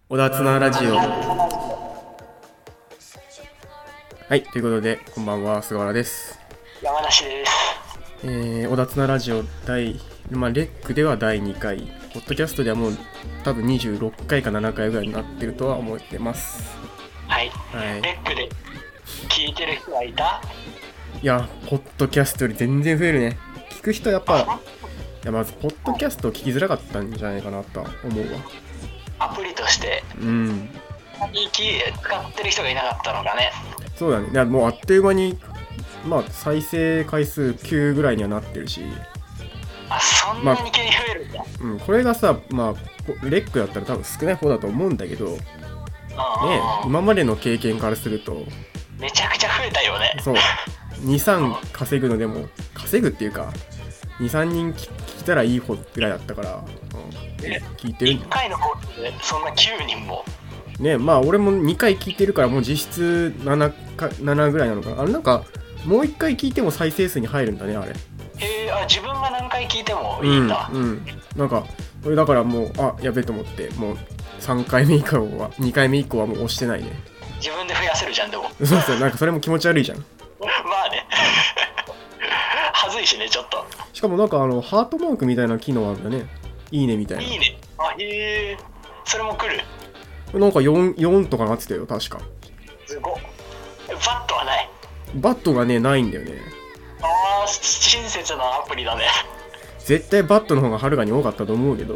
小田つなラジオ。はい、ということでこんばんは、菅原です。 山梨です。 小田つなラジオレックでは第2回、ポッドキャストではもう多分26回か7回ぐらいになってるとは思ってます。 はい、レックで聞いてる人はいた？ いや、ポッドキャストより全然増えるね。聞く人やっぱまずポッドキャストを聞きづらかったんじゃないかなとは思うわ。 アプリとして使ってる人がいなかったのかね。 そうだね。だもうあっという間に再生回数9ぐらいにはなってるし。 そんなに急に増えるんだ。 これがさ、レックだったら多分少ない方だと思うんだけどね、今までの経験からするとめちゃくちゃ増えたよね。 そう、2,3稼ぐのでも稼ぐっていうか 2,3 人聞いたらいい方ぐらいだったから、聞いてるんだ。 1回の方でそんな9人もね。俺も2回聞いてるからもう実質 7ぐらいなのかな。なんかもう1回聞いても再生数に入るんだね、あれ。 自分が何回聞いてもいいんだ。 なんかこれだからもうやべえと思って、もう3回目以降は2回目以降はもう押してないね。 自分で増やせるじゃん。でもそうそう、なんかそれも気持ち悪いじゃん。 まあねはずいしね、ちょっと。 しかもなんかハートマークみたいな機能あるんだね。いいねみたいな。 いいね。それも来る。 なんか 4とかなってたよ、確か。 すごっ。バットはない。 バットがね、ないんだよね。 親切なアプリだね。 絶対バットの方がはるかに多かったと思うけど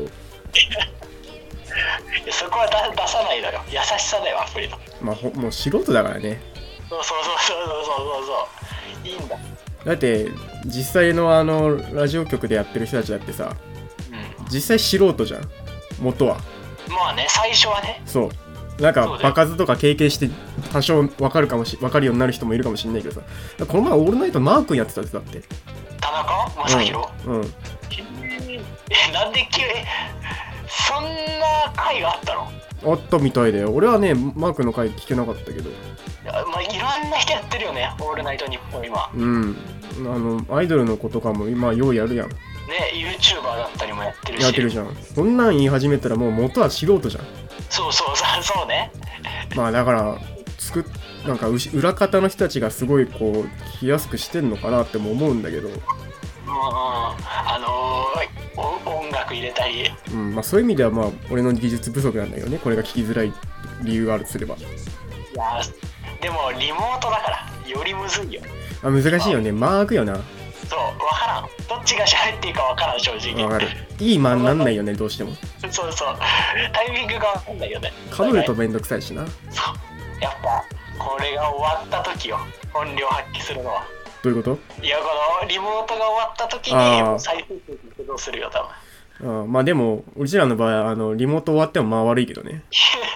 そこは出さないのよ。優しさだよ、アプリの。 もう素人だからね。 そういいんだ。 だって実際のラジオ局でやってる人たちだってさ、実際素人じゃん、元は。 まあね、最初はね。 そう、なんか場数とか経験して多少分かるようになる人もいるかもしれないけどさ、この前オールナイトマー君やってたって。だって田中将大、なんで急にそんな回があったの？ あったみたいだよ。俺はねマー君の回聞けなかったけど、 いろんな人やってるよね、オールナイトニッポン今。 アイドルの子とかも今ようやるやんね。 YouTuber だったりもやってるし。 やってるじゃん。そんなん言い始めたらもう元は素人じゃん。 そうね。 だからなんか裏方の人たちがすごいこう聞きやすくしてんのかなっても思うんだけど、 音楽入れたり、 そういう意味では俺の技術不足なんだけどね、これが聞きづらい理由があるとすれば。 いやでもリモートだからよりむずいよ。 難しいよね。マークよな。 そう、分からん。どっちが喋っていいか分からん、正直。 分かる。いい間になんないよね、どうしても。 そうタイミングが分かんないよね。 かぶるとめんどくさいしな。 そうやっぱこれが終わった時よ、本領発揮するのは。 どういうこと？ いや、このリモートが終わった時に再生数に駆動するよ、多分。でもうちらの場合リモート終わっても悪いけどね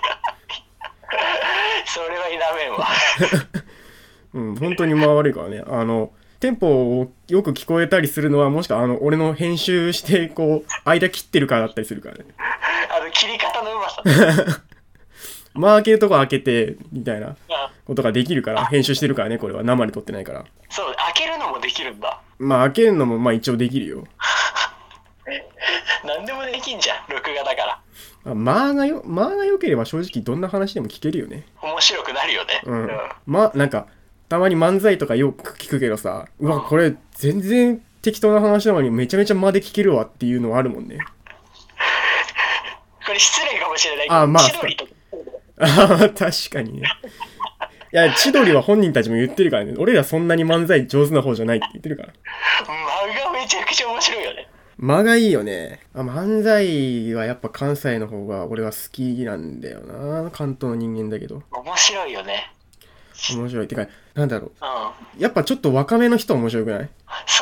それは否めんわ本当に悪いからね。テンポをよく聞こえたりするのは、もしくは俺の編集してこう間切ってるからだったりするからね切り方のうまさ開けるとこ開けてみたいなことができるから、編集してるからね。これは生で撮ってないから。 そう、開けるのもできるんだ。 開けるのも一応できるよ何でもできんじゃん、録画だから。 間が良ければ正直どんな話でも聞けるよね。 面白くなるよね。 なんかたまに漫才とかよく聞くけどさ、これ全然適当な話なのにめちゃめちゃ間で聞けるわっていうのはあるもんね。 これ失礼かもしれないけど、千鳥とか確かにね。いや、千鳥は本人たちも言ってるからね。俺らそんなに漫才上手な方じゃないって言ってるから。 間がめちゃくちゃ面白いよね。 間がいいよね。漫才はやっぱ関西の方が俺は好きなんだよな。関東の人間だけど。 面白いよね。 面白いってか、なんだろう。やっぱちょっと若めの人面白くない？ いや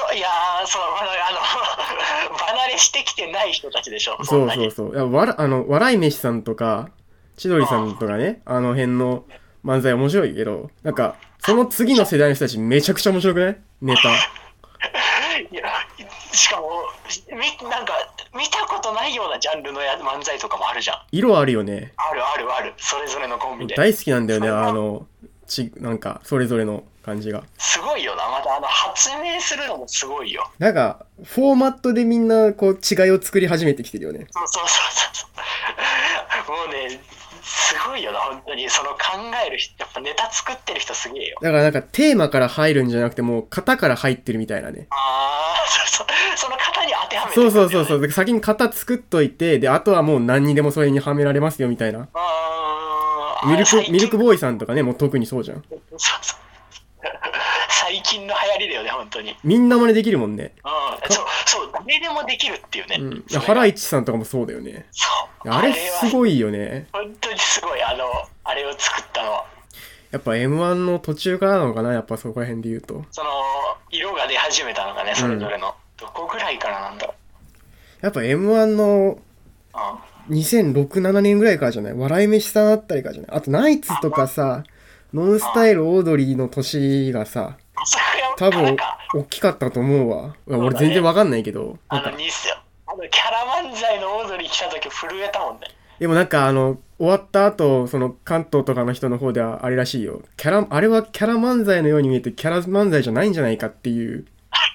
離れしてきてない人たちでしょ。 そう。笑い飯さんとか千鳥さんとかね、あの辺の漫才面白いけど、なんかその次の世代の人たちめちゃくちゃ面白くない？ネタ。 いや、しかもなんか見たことないようなジャンルの漫才とかもあるじゃん。 色あるよね。 ある。それぞれのコンビで。 大好きなんだよね。なんかそれぞれの感じがすごいよな。また発明するのもすごいよ。 なんかフォーマットでみんなこう違いを作り始めてきてるよね。 そうもうね、 すごいよな、本当に。その考える人、やっぱネタ作ってる人すげえよ。 だからなんかテーマから入るんじゃなくてもう型から入ってるみたいなね。 ああ、その型に当てはめてそうくんだよね。 そうそうそう。で先に型作っといて、で、あとはもう何にでもそれにはめられますよみたいな。ミルクボーイさんとかね、もう特にそうじゃん。 そうそう。最近の流行りだよね、本当に。 みんな真似できるもんね。 そう、誰でもできるっていうね。 ハライチさんとかもそうだよね。 そう。 あれすごいよね。 本当にすごい、あれを作ったのは。 やっぱ M1 の途中からなのかな、やっぱそこら辺で言うと。 その、色が出始めたのがね、それぞれの。どこぐらいからなんだろう。 やっぱ M1 の2006、7年ぐらいからじゃない？笑い飯さんあったりからじゃない？あとナイツとかさ、ノンスタイルオードリーの年がさ、多分大きかったと思うわ。俺全然わかんないけど。 キャラ漫才のオードリー来た時震えたもんね。 でもなんか終わった後、その関東とかの人の方ではあれらしいよ。あれはキャラ漫才のように見えてキャラ漫才じゃないんじゃないかっていう。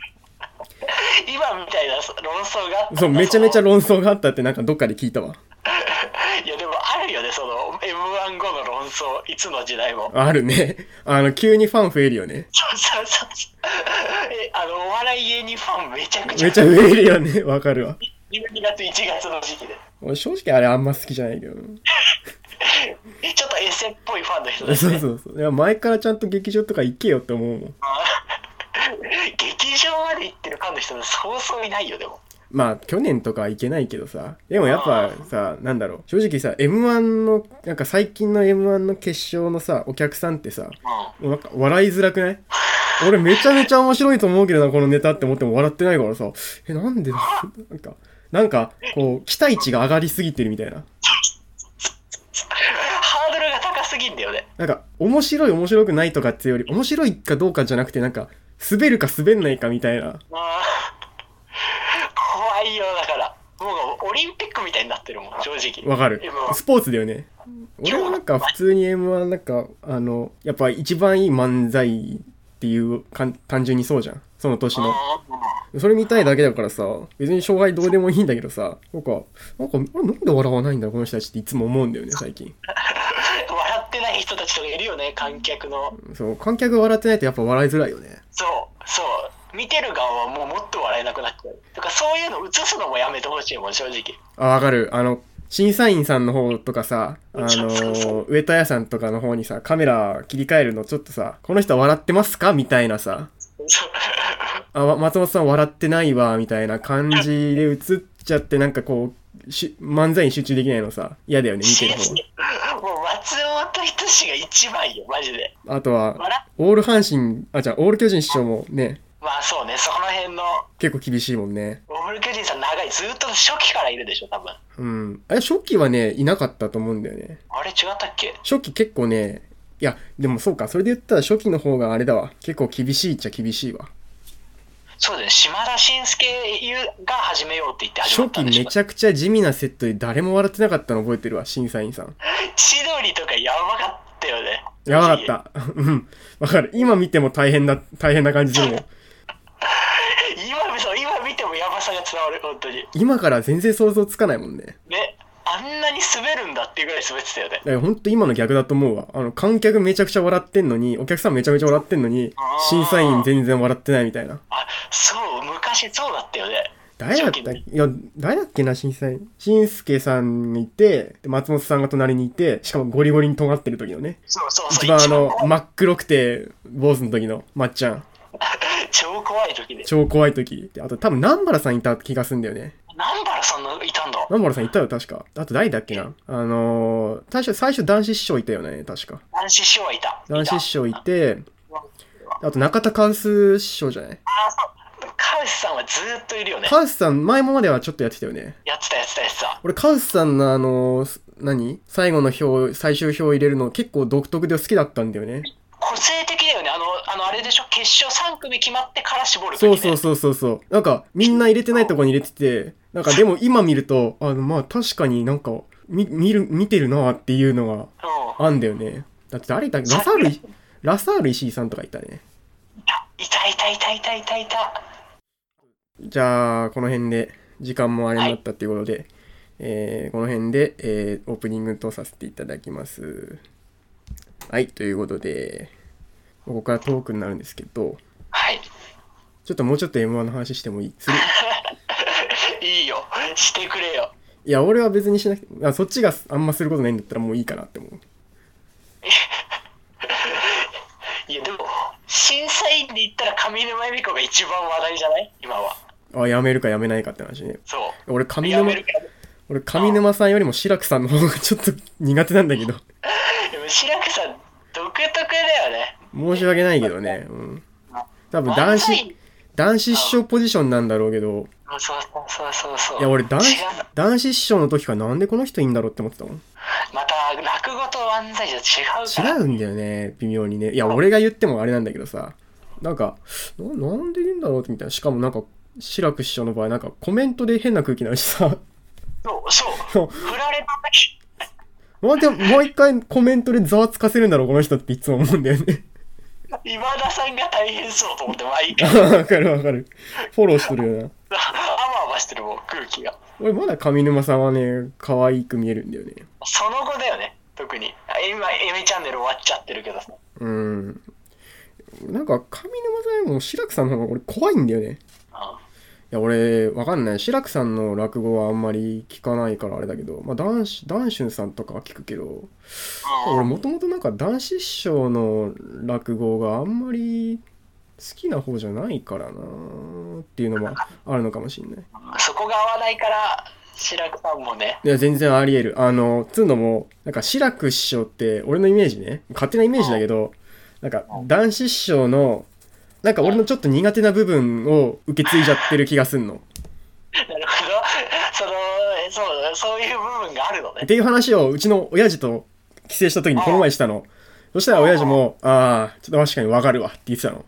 今みたいな論争があった。 そう、めちゃめちゃ論争があったってなんかどっかで聞いたわ。 いやでもあるよね、その M1 後の論争、いつの時代も。 あるね。急にファン増えるよね。 そう。お笑い芸人ファンめちゃくちゃ。 めちゃ増えるよね。わかるわ。 12月、1月の時期で。 俺正直あれあんま好きじゃないけど。 ちょっとエセっぽいファンの人ですね。 そう。いや前からちゃんと劇場とか行けよって思うもん。 劇場まで行ってるファンの人そうそういないよ、でも。 まあ去年とかは行けないけどさ、でもやっぱさ、なんだろう、正直さ M1 のなんか最近の M1 の決勝のさお客さんってさ、なんか笑いづらくない？俺めちゃめちゃ面白いと思うけどなこのネタって思っても笑ってないからさ、なんでなんかこう期待値が上がりすぎてるみたいな。 ハードルが高すぎんだよね。 なんか面白くないとかっていうより面白いかどうかじゃなくてなんか滑るか滑んないかみたいな。 怖いよ、だからもうオリンピックみたいになってるもん、正直。 わかる。スポーツだよね。俺はなんか普通に M1 なんかやっぱ一番いい漫才っていう単純にそうじゃん、その年の。それ見たいだけだからさ、別に勝敗どうでもいいんだけどさ、なんで笑わないんだろうこの人たちっていつも思うんだよね最近。 笑ってない人たちとかいるよね、観客の。 そう、観客が笑ってないとやっぱ笑いづらいよね。 そう見てる側はもっと笑えなくなっちゃう。とかそういうの映すのもやめてほしいもん、正直。 わかる。審査員さんの方とかさ、上田屋さんとかの方にさ、カメラ切り替えるのちょっとさ、この人は笑ってますかみたいなさ、松本さん笑ってないわみたいな感じで映っちゃって、なんかこう漫才に集中できないのさ、嫌だよね、見てる方。 もう松本人志が一番よ、マジで。 あとはオール巨人師匠もね。 まあそうね、その辺の結構厳しいもんね。 オール巨人さん長い、ずっと初期からいるでしょ、多分。 あれ初期はねいなかったと思うんだよね。 あれ違ったっけ？ 初期結構ね、いやでもそうか、それで言ったら初期の方があれだわ、結構厳しいっちゃ厳しいわ。 そうだね、島田紳介が始めようって言って始まったんでしょ。 初期めちゃくちゃ地味なセットで誰も笑ってなかったの覚えてるわ、審査員さん。 千鳥とかやばかったよね。 やばかった。わかる。今見ても大変な感じするもん。 今見てもやばさが伝わる、本当に。 今から全然想像つかないもんね。 ね、あんなに滑るんだっていうぐらい滑ってたよね。 だからほんと今の逆だと思うわ。観客めちゃくちゃ笑ってんのに、お客さんめちゃめちゃ笑ってんのに、審査員全然笑ってないみたいな。 そう、昔そうだったよね。 誰だっけな、審査員。紳助さんにいて、で松本さんが隣にいて、しかもゴリゴリに尖ってる時のね。 そう。 一番真っ黒くて、坊主の時のまっちゃん。 超怖い時で。 超怖い時。あと多分南原さんいた気がすんだよね。 南原さんいたんだ。 南原さんいたよ、確か。あと誰だっけな。最初男子師匠いたよね、確か。 男子師匠はいた。 男子師匠いて、あと中田カウス師匠じゃない？ そう。カウスさんはずっといるよね。 カウスさん、前もまではちょっとやってたよね。 やってた。俺、 カウスさんの最後の最終票入れるの結構独特で好きだったんだよね。 個性的だよね。あれでしょ、決勝3組決まってから絞る、ね。 そう。なんか、みんな入れてないとこに入れてて、なんかでも今見ると、まあ確かになんか、見てるなっていうのがあんだよね。だって誰だっけ、ラサール石井さんとかいたね。 いた。 じゃあ、この辺で時間もあれになったっていうことで、 この辺で、オープニングとさせていただきます。はい、ということで、ここからトークになるんですけど、 はい。 ちょっともうちょっと M1 の話してもいい？ いいよ。してくれよ。 いや、俺は別にしなくて、そっちがあんますることないんだったらもういいかなって思う。 いや、でも、審査員で言ったら上沼恵美子が一番話題じゃない今は。 辞めるか辞めないかって話ね。 そう。 俺、 やめるか。 上沼さんよりも志らくさんの方がちょっと苦手なんだけど。 でも志らくさん、独特だよね。 申し訳ないけどね。うん。多分男子師匠ポジションなんだろうけど。 そう。 いや、俺男子師匠の時からなんでこの人いいんだろうって思ってたもん。 また、落語と漫才じゃ違うから。 違うんだよね、微妙にね。いや、俺が言ってもあれなんだけどさ。なんか、なんでいいんだろうってみたいな。しかもなんか、志らく師匠の場合、なんかコメントで変な空気になるしさ。 そう。振られた時。 でももう一回コメントでざわつかせるんだろう、この人っていつも思うんだよね。 今田さんが大変そうと思って毎回。 わかる。フォローしてるよな。 あわあわしてるもん、空気が。 俺まだ上沼さんはね、可愛く見えるんだよね。 その後だよね、特に。今、エミチャンネル終わっちゃってるけどさ。 なんか上沼さんよりも志らくさんの方が俺怖いんだよね。いや、俺、わかんない。志らくさんの落語はあんまり聞かないからあれだけど、まあ、談春さんとかは聞くけど、俺もともとなんか談志師匠の落語があんまり好きな方じゃないからなっていうのもあるのかもしんない。 そこが合わないから、志らくさんもね。 いや、全然あり得る。つうのも、なんか志らく師匠って、俺のイメージね、勝手なイメージだけど、なんか談志師匠のなんか俺のちょっと苦手な部分を受け継いじゃってる気がすんの。 なるほど。そういう部分があるのね。 っていう話をうちの親父と帰省した時にこの前したの。そしたら親父も、ちょっと確かにわかるわって言ってたの。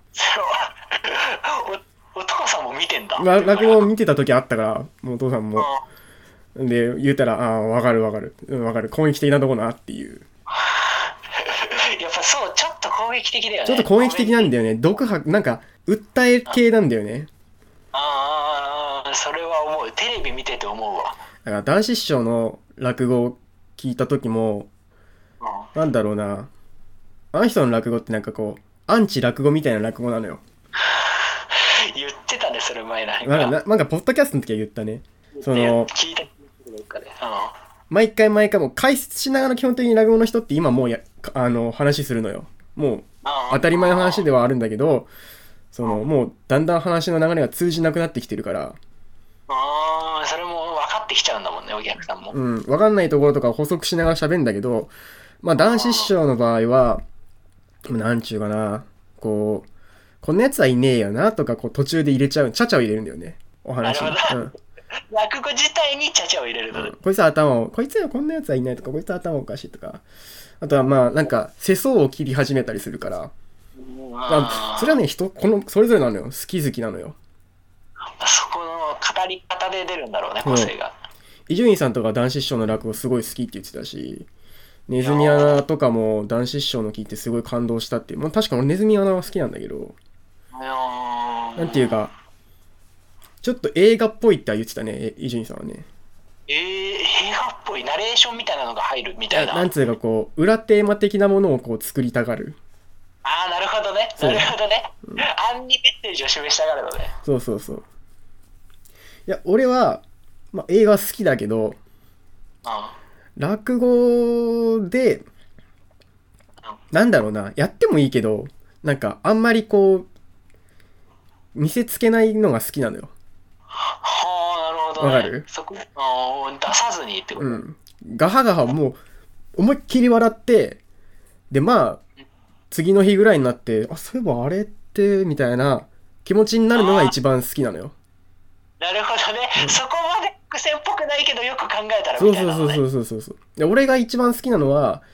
お父さんも見てんだ。 落語見てた時あったから、もうお父さんも。で、言ったら、わかる。攻撃的なとこなっていう。 やっぱそう、ちょっと攻撃的だよね。 ちょっと攻撃的なんだよね。なんか、訴え系なんだよね。 それは思う。テレビ見てて思うわ。 だから談志師匠の落語を聞いた時も、なんだろうな。あの人の落語ってなんかこう、アンチ落語みたいな落語なのよ。 言ってたね、それ前なんかポッドキャストの時は言ったね。 聞いたどっかで。 毎回もう解説しながら基本的に落語の人って今もう話するのよ。もう当たり前の話ではあるんだけど、もうだんだん話の流れが通じなくなってきてるから。 それも分かってきちゃうんだもんね、お客さんも。 分かんないところとか補足しながら喋るんだけど、まあ談志師匠の場合は、なんちゅうかな、こんなやつはいねえよなとか、途中で入れちゃう、ちゃちゃを入れるんだよね、お話に。 落語自体にちゃちゃを入れるの、 こいつはこんなやつはいないとか、こいつは頭おかしいとか、あとはまあなんか世相を切り始めたりするから、それはね、それぞれなのよ、好き好きなのよ。 そこの語り方で出るんだろうね、個性が。 伊集院さんとか談志師匠の落語すごい好きって言ってたし、ネズミアナとかも談志師匠の聞いてすごい感動したっていう。確かに俺ネズミアナは好きなんだけど、なんていうか、ちょっと映画っぽいって言ってたね、伊集院さんはね。 映画っぽいナレーションみたいなのが入るみたいな。 なんつうか裏テーマ的なものを作りたがる。 なるほどね。暗にメッセージを示したがるのね。 そう。いや、俺は、映画好きだけど、落語で、なんだろうな、やってもいいけど、なんかあんまり見せつけないのが好きなのよ。 なるほどね。 わかる？ そこ出さずにってこと。 ガハガハもう思いっきり笑って、で次の日ぐらいになって、そういえばあれってみたいな気持ちになるのが一番好きなのよ。 なるほどね。そこまで癖っぽくないけどよく考えたらみたいなのね。 そう。で俺が一番好きなのは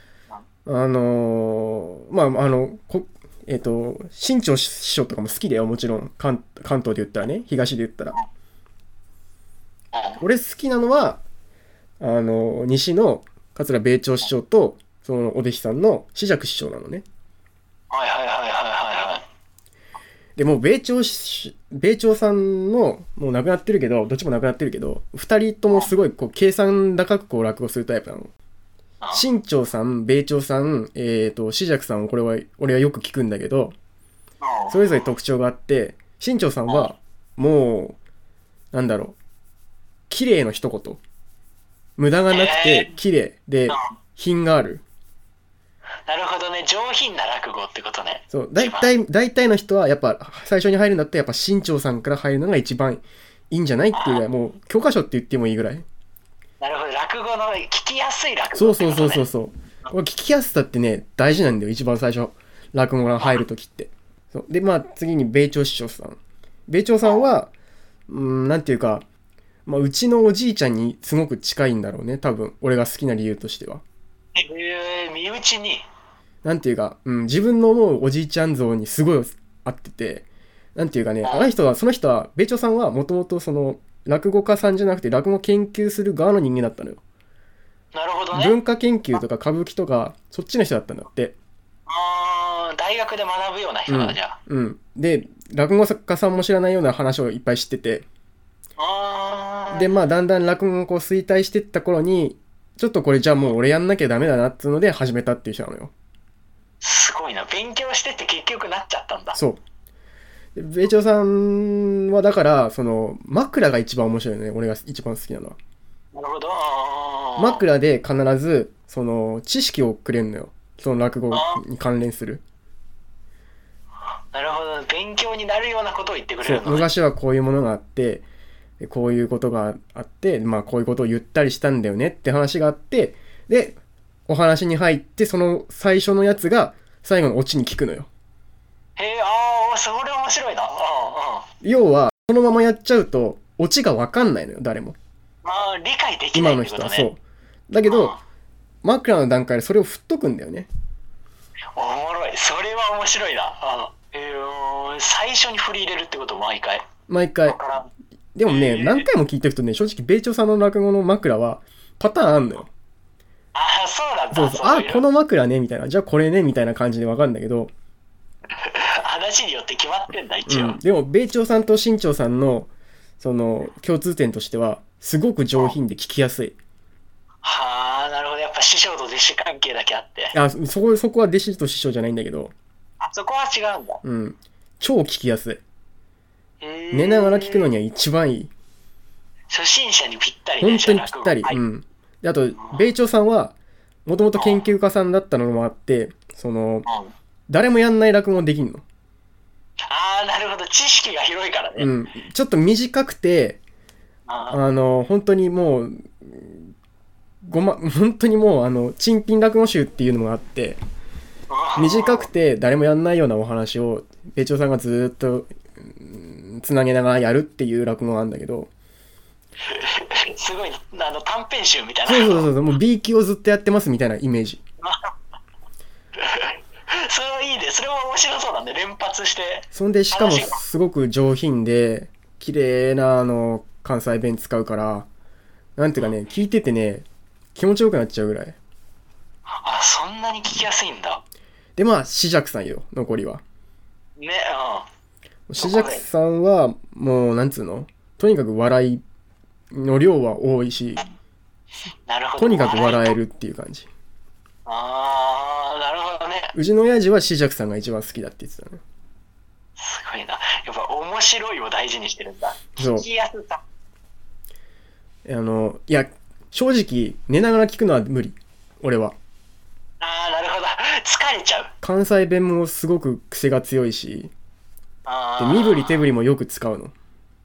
新潮師匠とかも好きだよ、もちろん。関東で言ったらね、東で言ったら。俺好きなのは西の桂米朝師匠とそのお弟子さんの紫尺師匠なのね。 でもう米朝さんのもう亡くなってるけど、どっちも亡くなってるけど、2人ともすごいこう計算高くこう落語するタイプなの。新潮さん、米朝さん、紫尺さんをこれは俺はよく聞くんだけど、それぞれ特徴があって、新潮さんはもうなんだろう、綺麗の一言、無駄がなくて綺麗で品がある。 なるほどね、上品な落語ってことね。 そう、大体の人はやっぱ最初に入るんだったらやっぱ新潮さんから入るのが一番いいんじゃないっていうぐらい、もう教科書って言ってもいいぐらい。 なるほど、落語の聞きやすい落語ってことね。 そうこれ聞きやすさってね大事なんだよ、一番最初落語が入るときって。そうで、まあ次に米朝師匠さん。米朝さんはなんていうか、まあうちのおじいちゃんにすごく近いんだろうね、多分俺が好きな理由としては。 身内になんていうか、自分の思うおじいちゃん像にすごい合ってて、なんていうかね、その人は、米朝さんはもともとその、落語家さんじゃなくて落語研究する側の人間だったのよ。 なるほどね。 文化研究とか歌舞伎とか、そっちの人だったんだって。 大学で学ぶような人だ、じゃあ。 で、落語家さんも知らないような話をいっぱい知ってて、で、まあ、だんだん落語をこう衰退していった頃に、ちょっとこれじゃあもう俺やんなきゃダメだなっつうので始めたっていう人なのよ。 すごいな、勉強してって結局なっちゃったんだ。 そう。米朝さんはだからその枕が一番面白いのね、俺が一番好きなのは。 なるほど。 枕で必ずその知識をくれるのよ、その落語に関連する。 なるほど、勉強になるようなことを言ってくれるのね。 そう、昔はこういうものがあって、こういうことがあって、まあこういうことを言ったりしたんだよねって話があって、でお話に入って、その最初のやつが最後のオチに聞くのよ。 へえ、それ面白いな。 要はそのままやっちゃうとオチが分かんないのよ、誰も。 理解できないってことね。 今の人はそうだけど、枕の段階でそれを振っとくんだよね。 おもろい、それは面白いな。最初に振り入れるってこと、毎回。でもね、何回も聞いてるとね、正直米朝さんの落語の枕はパターンあんのよ。 そうなんだ。 そうこの枕ねみたいな、じゃあこれねみたいな感じで分かるんだけど、 話によって決まってんだ一応。 でも米朝さんと新潮さんのその共通点としてはすごく上品で聞きやすい。 なるほど、やっぱ師匠と弟子関係だけあって。 そこは弟子と師匠じゃないんだけど、 そこは違うんだ。 超聞きやすい。寝ながら聞くのには一番いい。 初心者にぴったりね。本当にぴったり。であと米朝さんはもともと研究家さんだったのもあって、その誰もやんない落語できんの。 なるほど、知識が広いからね。 ちょっと短くて、本当にもう本当にもう珍品落語集っていうのがあって、短くて誰もやんないようなお話を米朝さんがずっとつなげながらやるっていう落語があるんだけど、 すごい短編集みたいな。 そうもう B 級をずっとやってますみたいなイメージ。 それはいいね、それは面白そうなんで、連発して。 そんでしかもすごく上品で綺麗な関西弁使うから、なんていうかね、聞いててね気持ちよくなっちゃうぐらい。 そんなに聞きやすいんだ。 でまあ紫尺さんよ、残りはね。 紫尺さんはもうなんつうの、とにかく笑いの量は多いし、 なるほど、 とにかく笑えるっていう感じ。 なるほどね。 うちの親父は紫尺さんが一番好きだって言ってたね。 すごいな、やっぱ面白いを大事にしてるんだ。聞きやすさ。 いや正直寝ながら聞くのは無理、俺は。 なるほど、疲れちゃう。 関西弁もすごく癖が強いし、で身振り手振りもよく使うの。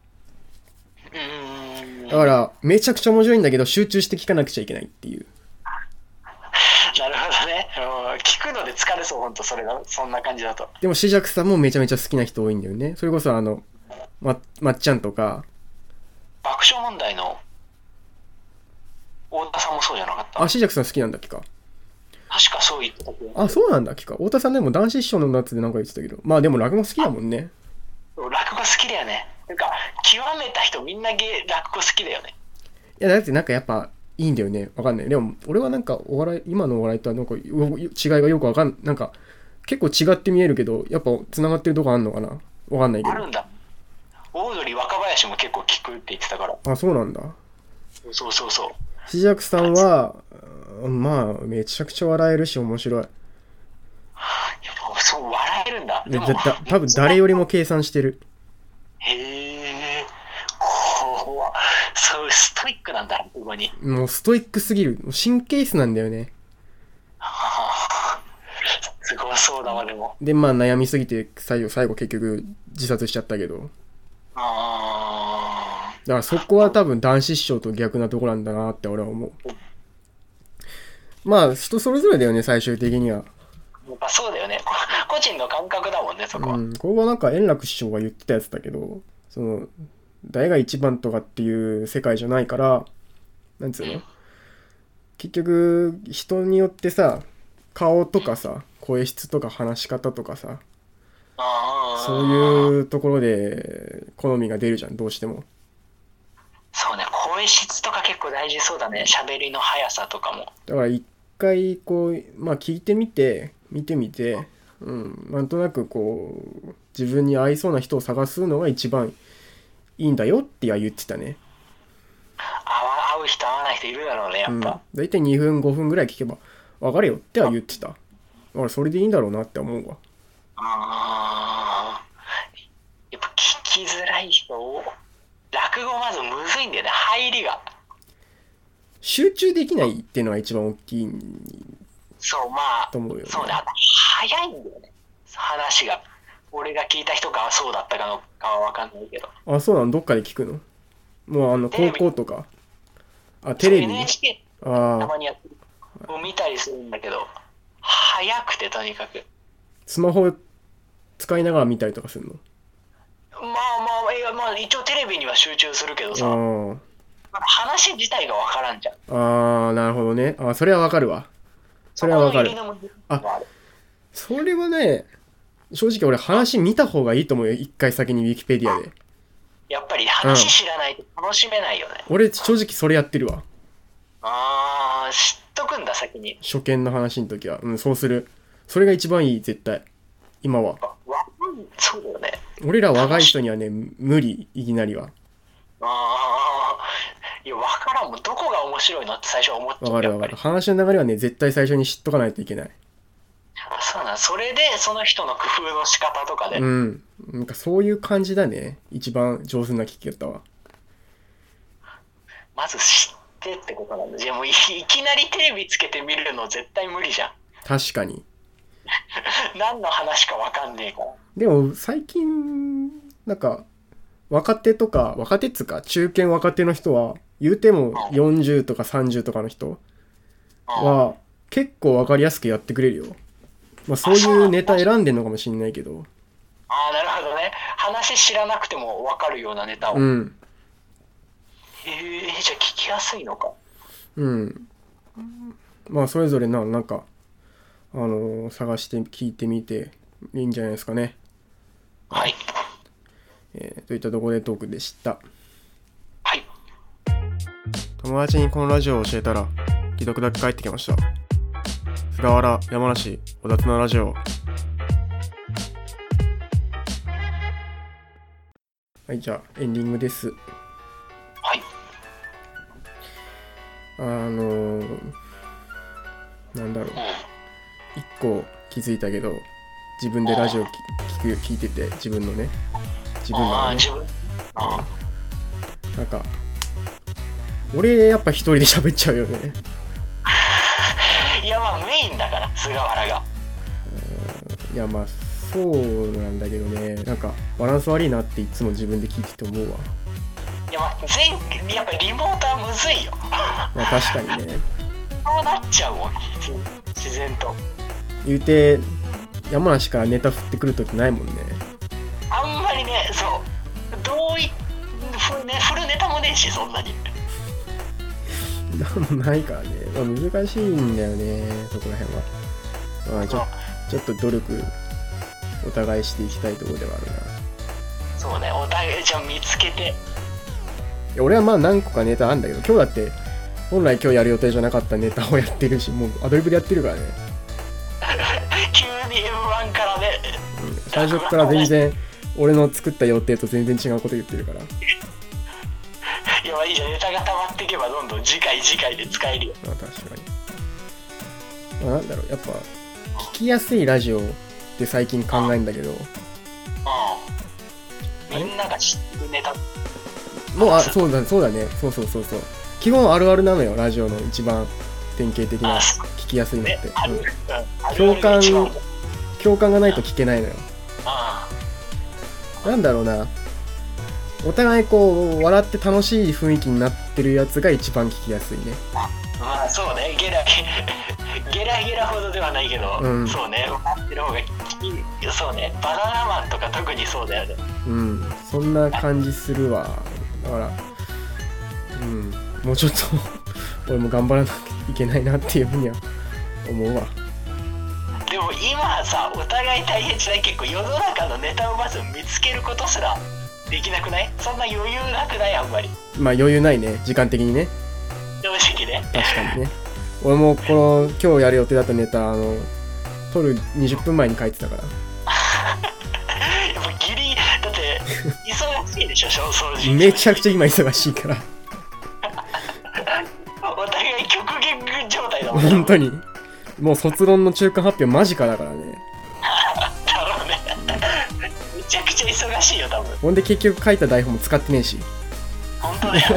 だからめちゃくちゃ面白いんだけど集中して聞かなくちゃいけないっていう。 なるほどね。聞くので疲れそう、ほんとそんな感じだと。 でも紫尺さんもめちゃめちゃ好きな人多いんだよね。それこそまっちゃんとか爆笑問題の太田さんもそうじゃなかった？ 紫尺さん好きなんだっけか。 確かそう言ってたけど。 そうなんだっけか。太田さんでも男子師匠の夏でなんか言ってたけど、まあでも落語好きだもんね。 落語好きだよね。なんか極めた人みんな落語好きだよね。 いやだってなんかやっぱいいんだよね。わかんない。でも俺はなんか今のお笑いとはなんか違いがよくわかん、なんか結構違って見えるけど、やっぱ繋がってるとこあんのかな。 わかんないけど。 あるんだ。オードリー若林も結構聞くって言ってたから。 あ、そうなんだ。 そうそうそう。 シジャクさんはまあめちゃくちゃ笑えるし面白い。 そう笑えるんだ。 で多分誰よりも計算してる。 へえ。そうストイックなんだここに。 もうストイックすぎる。神経質なんだよね。 すごそうだわでも。 でまあ悩みすぎて最後結局自殺しちゃったけど。だからそこは多分男子師匠と逆なところなんだなって俺は思う。まあ人それぞれだよね最終的には。 そうだよね。個人の感覚だもんねそこは。 これはなんか円楽師匠が言ってたやつだけど、その誰が一番とかっていう世界じゃないから、なんつうの、結局人によってさ顔とかさ声質とか話し方とかさ、そういうところで好みが出るじゃんどうしても。 そうね、声質とか結構大事そうだね。喋りの速さとかも。 だから一回こうまあ聞いてみて見てみて、なんとなくこう自分に合いそうな人を探すのが一番いいんだよっては言ってたね。 合う人合わない人いるだろうねやっぱ。 だいたい2分5分ぐらい聞けば分かるよっては言ってた。だからそれでいいんだろうなって思うわ。 やっぱ聞きづらい人を落語まずむずいんだよね入りが。 集中できないっていうのが一番大きいそうまあと思うよね。 そうね、あと早いんだよね話が。俺が聞いた人がそうだったかのかは分かんないけど。 あ、そうなの。どっかで聞くの？もう高校とか。あ、テレビ NHK たまにやってるを見たりするんだけど早くてとにかく。 スマホ使いながら見たりとかするの？ まあ一応テレビには集中するけどさ、話自体が分からんじゃん。 なるほどね。それは分かるわ。それは分かる。それはね、正直俺話見た方がいいと思うよ。一回先にウィキペディアで。 やっぱり話知らないと楽しめないよね。 俺正直それやってるわ。 知っとくんだ先に。 初見の話の時は。そうする。それが一番いい絶対。今は。 そうだよね。 俺ら若い人にはね無理、いきなりは。 いや分からんもん。どこが面白いのって最初は思っちゃう。 分かる。話の流れはね絶対最初に知っとかないといけない。 そうなん。それでその人の工夫の仕方とかで。 なんかそういう感じだね。一番上手な聞き方は。 まず知ってってことなんだ。じゃあもういきなりテレビつけて見るの絶対無理じゃん。 確かに。 何の話か分かんねえから。 でも最近なんか若手っつうか中堅若手の人は言うても40とか30とかの人は結構分かりやすくやってくれるよ。そういうネタ選んでんのかもしんないけど。 なるほどね。話知らなくても分かるようなネタを。じゃあ聞きやすいのか。 それぞれなんか探して聞いてみていいんじゃないですかね。 はい。 といったところでトークでした。 はい。 友達にこのラジオを教えたら既読だけ返ってきました。菅原、山梨、小田のラジオ。はい、じゃあエンディングです。 はい。 なんだろう。一個気づいたけど、自分でラジオ聞いてて、自分のね。なんか、俺やっぱ一人で喋っちゃうよね。 いやメインだから菅原が。 いやそうなんだけどね。なんかバランス悪いなっていつも自分で聞いてて思うわ。 いややっぱリモートはむずいよ。 確かにね。 そうなっちゃうもん自然と。 言うて山梨からネタ振ってくるときないもんね。 あんまりね、そう振るネタもねえしそんなに。 なんもないからね。難しいんだよねそこら辺は。ちょっと努力お互いしていきたいところではあるな。 そうね、お互いじゃあ見つけて。 いや俺は何個かネタあんだけど、今日だって本来今日やる予定じゃなかったネタをやってるし、もうアドリブでやってるからね。 急に M1 からね、 最初から全然俺の作った予定と全然違うこと言ってるから。 いや、いいじゃん、ネタが溜まっていけばどんどん次回で使えるよ。 まあ確かに。なんだろう、やっぱ聞きやすいラジオって最近考えんだけど、 みんなが知ってるネタもう、そうだね、そう基本あるあるなのよ、ラジオの一番典型的な聞きやすいのって、共感がないと聞けないのよ。なんだろうな、お互いこう笑って楽しい雰囲気になってるやつが一番聞きやすいね。 まあそうね、ゲラほどではないけど、そうね、笑ってる方がそうね、バナナマンとか特にそうだよね。 そんな感じするわ。だからもうちょっと俺も頑張らなきゃいけないなっていうふうには思うわ。 でも今さ、お互い大変じゃない？結構世の中のネタをまず見つけることすらできなくない？そんな余裕なくない？あんまり。 まあ余裕ないね、時間的にね。 正直ね。 確かにね。俺もこの今日やる予定だったネタ撮る20分前に書いてたから。やっぱギリだって忙しいでしょ、掃除。 めちゃくちゃ今忙しいから。 お互い極限状態だもん。 本当に。もう卒論の中間発表間近だからね。 だろうね。めちゃくちゃ忙しいよ多分。 ほんで結局書いた台本も使ってねえし。 本当だよ。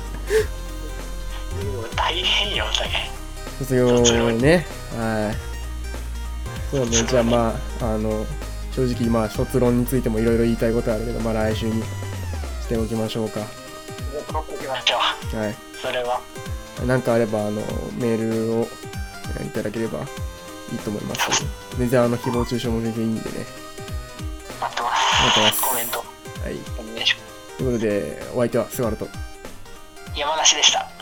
大変よお互い。 卒業ね。はい。そうね。じゃあまあ正直まあ卒論についてもいろいろ言いたいことあるけど、まあ来週にしておきましょうか。 おきましょう。はい。それは。 なんかあればメールをいただければいいと思います。全然誹謗中傷も全然いいんでね。 待ってます。コメント。 はい。ということでお相手は菅原と山梨でした。